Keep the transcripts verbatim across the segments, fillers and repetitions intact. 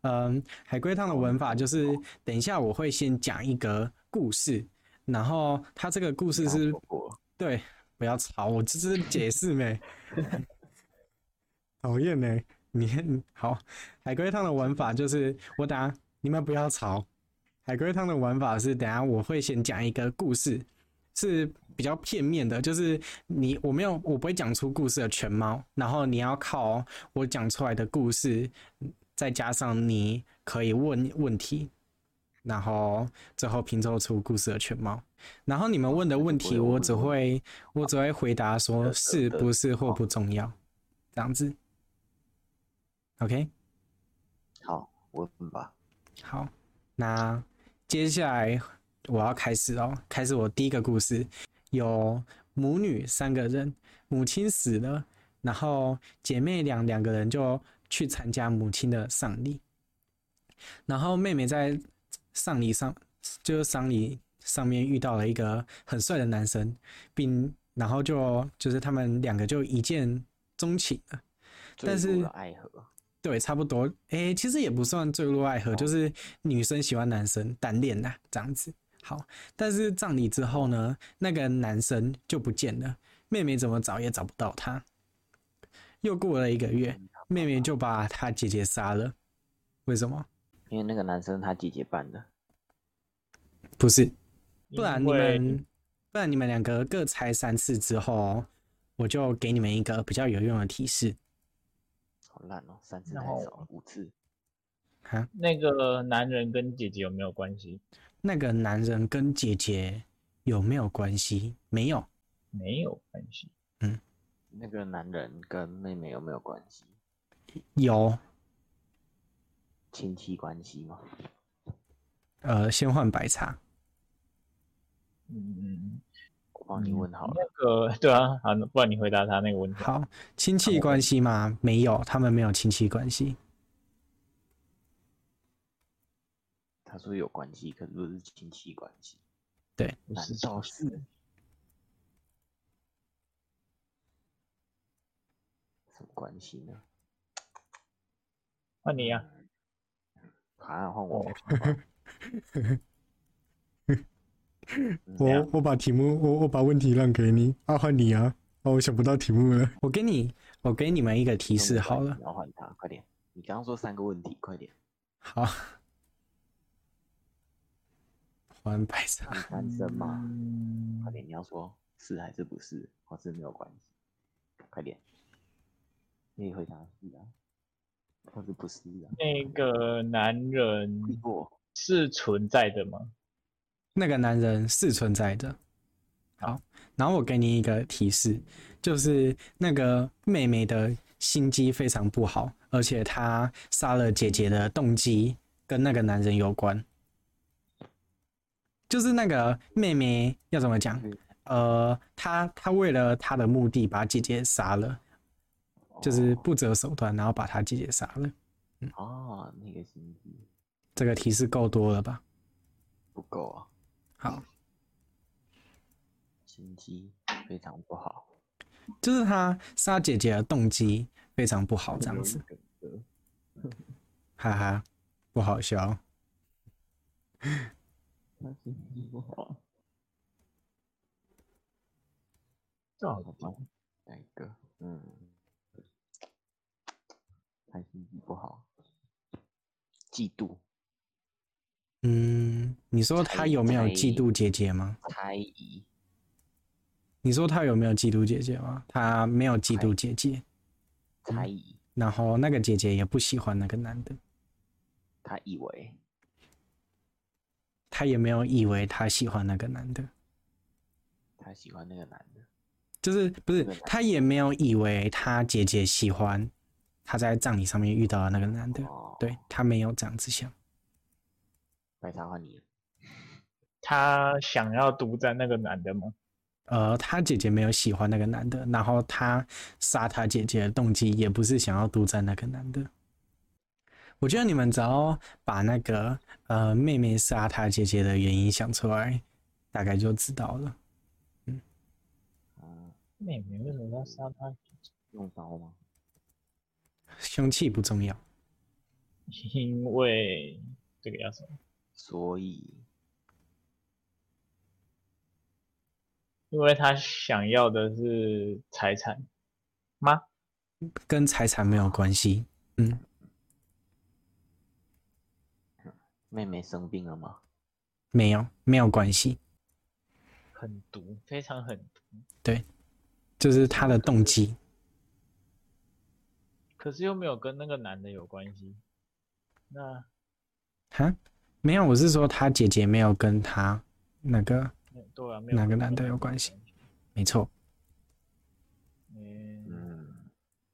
嗯，海龟汤的文法就是，等一下我会先讲一个故事，然后它这个故事是，对，不要吵，我这是解释没，讨厌呢，你好，海龟汤的文法就是我等下你们不要吵，海龟汤的玩法是等下我会先讲一个故事，是比较片面的，就是你我没有我不会讲出故事的全貌，然后你要靠我讲出来的故事，再加上你可以问问题，然后最后拼凑出故事的全貌。然后你们问的问题，我只会我只会回答说是不是或不重要，这样子。OK， 好，我问吧。 好，那接下来我要开始哦，开始我第一个故事。有母女三个人，母亲死了，然后姐妹俩两个人就去参加母亲的丧礼。然后妹妹在丧礼上，就是丧礼上面遇到了一个很帅的男生，并然后就就是他们两个就一见钟情了。但是爱河， 对，差不多。诶，其实也不算坠入爱河，哦、就是女生喜欢男生单恋呐，这样子。好，但是葬礼之后呢，那个男生就不见了，妹妹怎么找也找不到他。又过了一个月，妹妹就把她姐姐杀了。为什么？ 因为那个男生他姐姐扮的。 不是，不然你们，不然你们两个各猜三次之后，我就给你们一个比较有用的提示。 好烂哦，三次太少，五次。 啊？ 那个男人跟姐姐有没有关系？ 那个男人跟姐姐有没有关系？没有， 没有关系。 嗯， 那个男人跟妹妹有没有关系？ 有。 亲戚关系吗？ 呃，先换白茶。 嗯嗯， 我帮你问好了。 那个对啊，好，不然你回答他那个问题。 好，亲戚关系吗？没有，他们没有亲戚关系。 他说有关系，可是不是亲戚关系。 对， 难道是？什么关系呢？ 换你啊！ 啊，换我。 我我把题目我我把问题让给你，啊换你啊！哦，我想不到题目了。我给你我给你们一个提示好了。 你要换他，快点！你刚刚说三个问题，快点。 好。换白茶。 你单身吗？嗯、快点，你要说是还是不是，或是没有关系？快点。你回答是啊，或是不是啊？ 那个男人是存在的吗？ 那个男人是存在的。好，然后我给你一个提示，就是那个妹妹的心机非常不好，而且她杀了姐姐的动机跟那个男人有关。就是那个妹妹要怎么讲？呃，她她为了她的目的把姐姐杀了，就是不择手段，然后把她姐姐杀了。 嗯、哦，那个心机。 这个提示够多了吧？ 不够啊。 好。 心机非常不好， 就是他杀姐姐的动机非常不好，这样子，哈哈，不好笑。 他心机不好， 这好吧？ 哪一个？嗯，他心机不好，嫉妒。 嗯，你说他有没有嫉妒姐姐吗？ 猜疑。 你说他有没有嫉妒姐姐吗？他没有嫉妒姐姐。 猜疑。 然后那个姐姐也不喜欢那个男的。 他以为。 他也没有以为他喜欢那个男的。 他喜欢那个男的。 就是不是他也没有以为他姐姐喜欢他在葬礼上面遇到的那个男的。哦、对，他没有这样子想。 白茶换你。 他想要独占那个男的吗？ 呃，他姐姐没有喜欢那个男的，然后他杀他姐姐的动机也不是想要独占那个男的。我觉得你们只要把那个呃妹妹杀他姐姐的原因想出来，大概就知道了。嗯， 嗯，妹妹为什么要杀他姐姐？ 用刀吗？ 凶器不重要。 因为这个叫什么？ 所以因为他想要的是财产吗？ 跟财产没有关系。嗯， 妹妹生病了吗？ 没有，没有关系。 很毒，非常很毒。 对，就是他的动机。 可是又没有跟那个男的有关系。那哈，没有，我是说他姐姐没有跟他那个对啊，没有那个男的有关系。没错。 嗯， 嗯，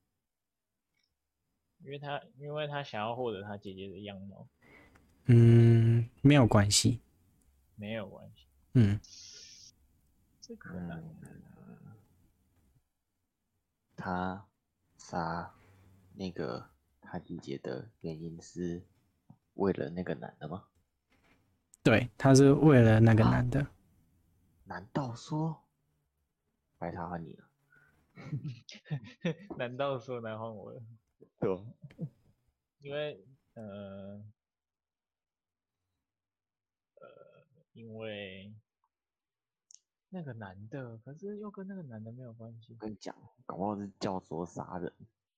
因为他因为他想要获得他姐姐的样貌。 嗯，没有关系。 没有关系。 嗯， 这可能、 嗯、他杀那个他姐姐的原因是为了那个男的吗？ 对，他是为了那个男的。 啊、难道说白茶换你了？ 难道说难换我了？ 对， 因为呃呃，因为那个男的，可是又跟那个男的没有关系。 我跟你讲，搞不好是教唆杀人。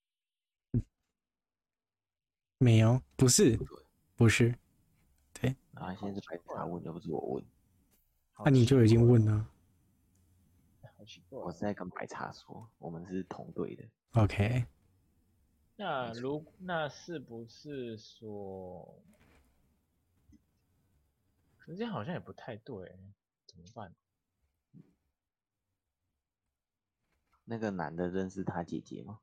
没有，不是，不是。对。 啊，现在是白茶问，又不是我问。 那、啊、你就已经问了。 好奇怪。 我是在跟白茶说，我们是同队的。 OK。 那如那是不是说，可是这样好像也不太对，怎么办？ 那个男的认识他姐姐吗？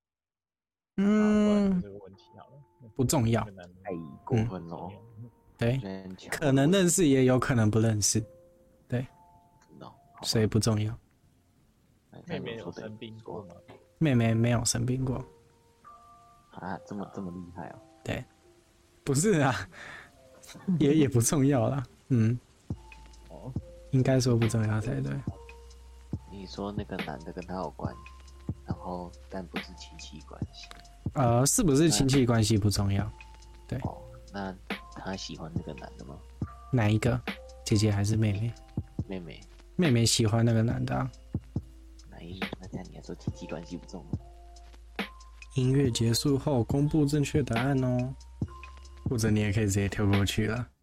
嗯， 这个问题好了， 不重要。 太过分了、 嗯。对，可能认识也有可能不认识。对，所以不重要。 妹妹有生病过吗？ 妹妹没有生病过。 啊，这么这么厉害哦！ 对，不是啊，也也不重要啦。嗯， 哦， 应该说不重要才对。 你说那个男的跟他有关，然后但不是亲戚关系。 呃，是不是亲戚关系不重要？对。 哦，那他喜欢那个男的吗？ 哪一个？姐姐还是妹妹？ 妹妹。 妹妹喜欢那个男的、啊。 那那这样你还说亲戚关系不重要？ 音乐结束后公布正确答案哦，或者你也可以直接跳过去了。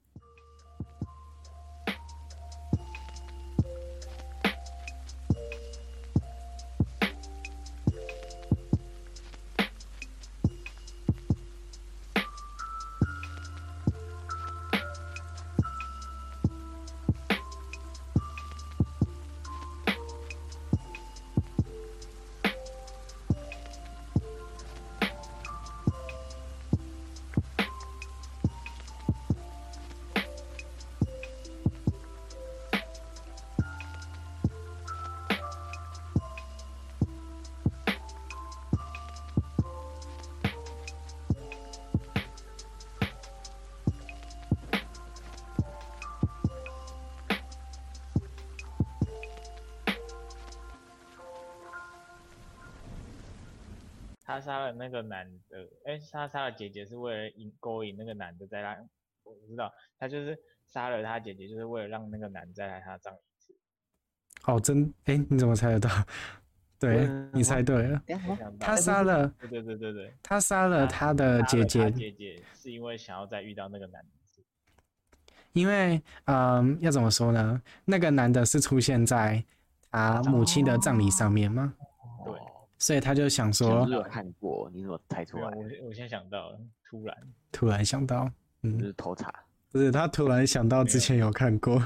他杀了那个男的，哎、欸，他杀了姐姐是为了引勾引那个男的再来，我不知道，他就是杀了他姐姐，就是为了让那个男的再来他葬礼一次。 哦，真，哎、欸，你怎么猜得到？对，嗯、你猜对了。他杀了， 对对对对对， 他杀了他的姐姐。 他姐姐是因为想要再遇到那个男的。 因为，嗯，要怎么说呢？那个男的是出现在他母亲的葬礼上面吗？ 对。 所以他就想说， 你有看过？你怎么猜出来？ 我我先想到了，突然突然想到，嗯， 就是偷查， 不是他突然想到之前有看过，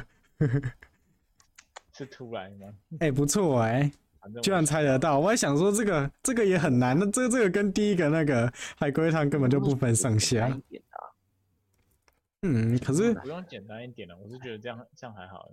是突然吗？ 哎、欸，不错哎、欸，居然猜得到！我还想说这个这个也很难，那这这个跟第一个那个海龟汤根本就不分上下。嗯，可是不用简单一点了，我是觉得这样这样还好。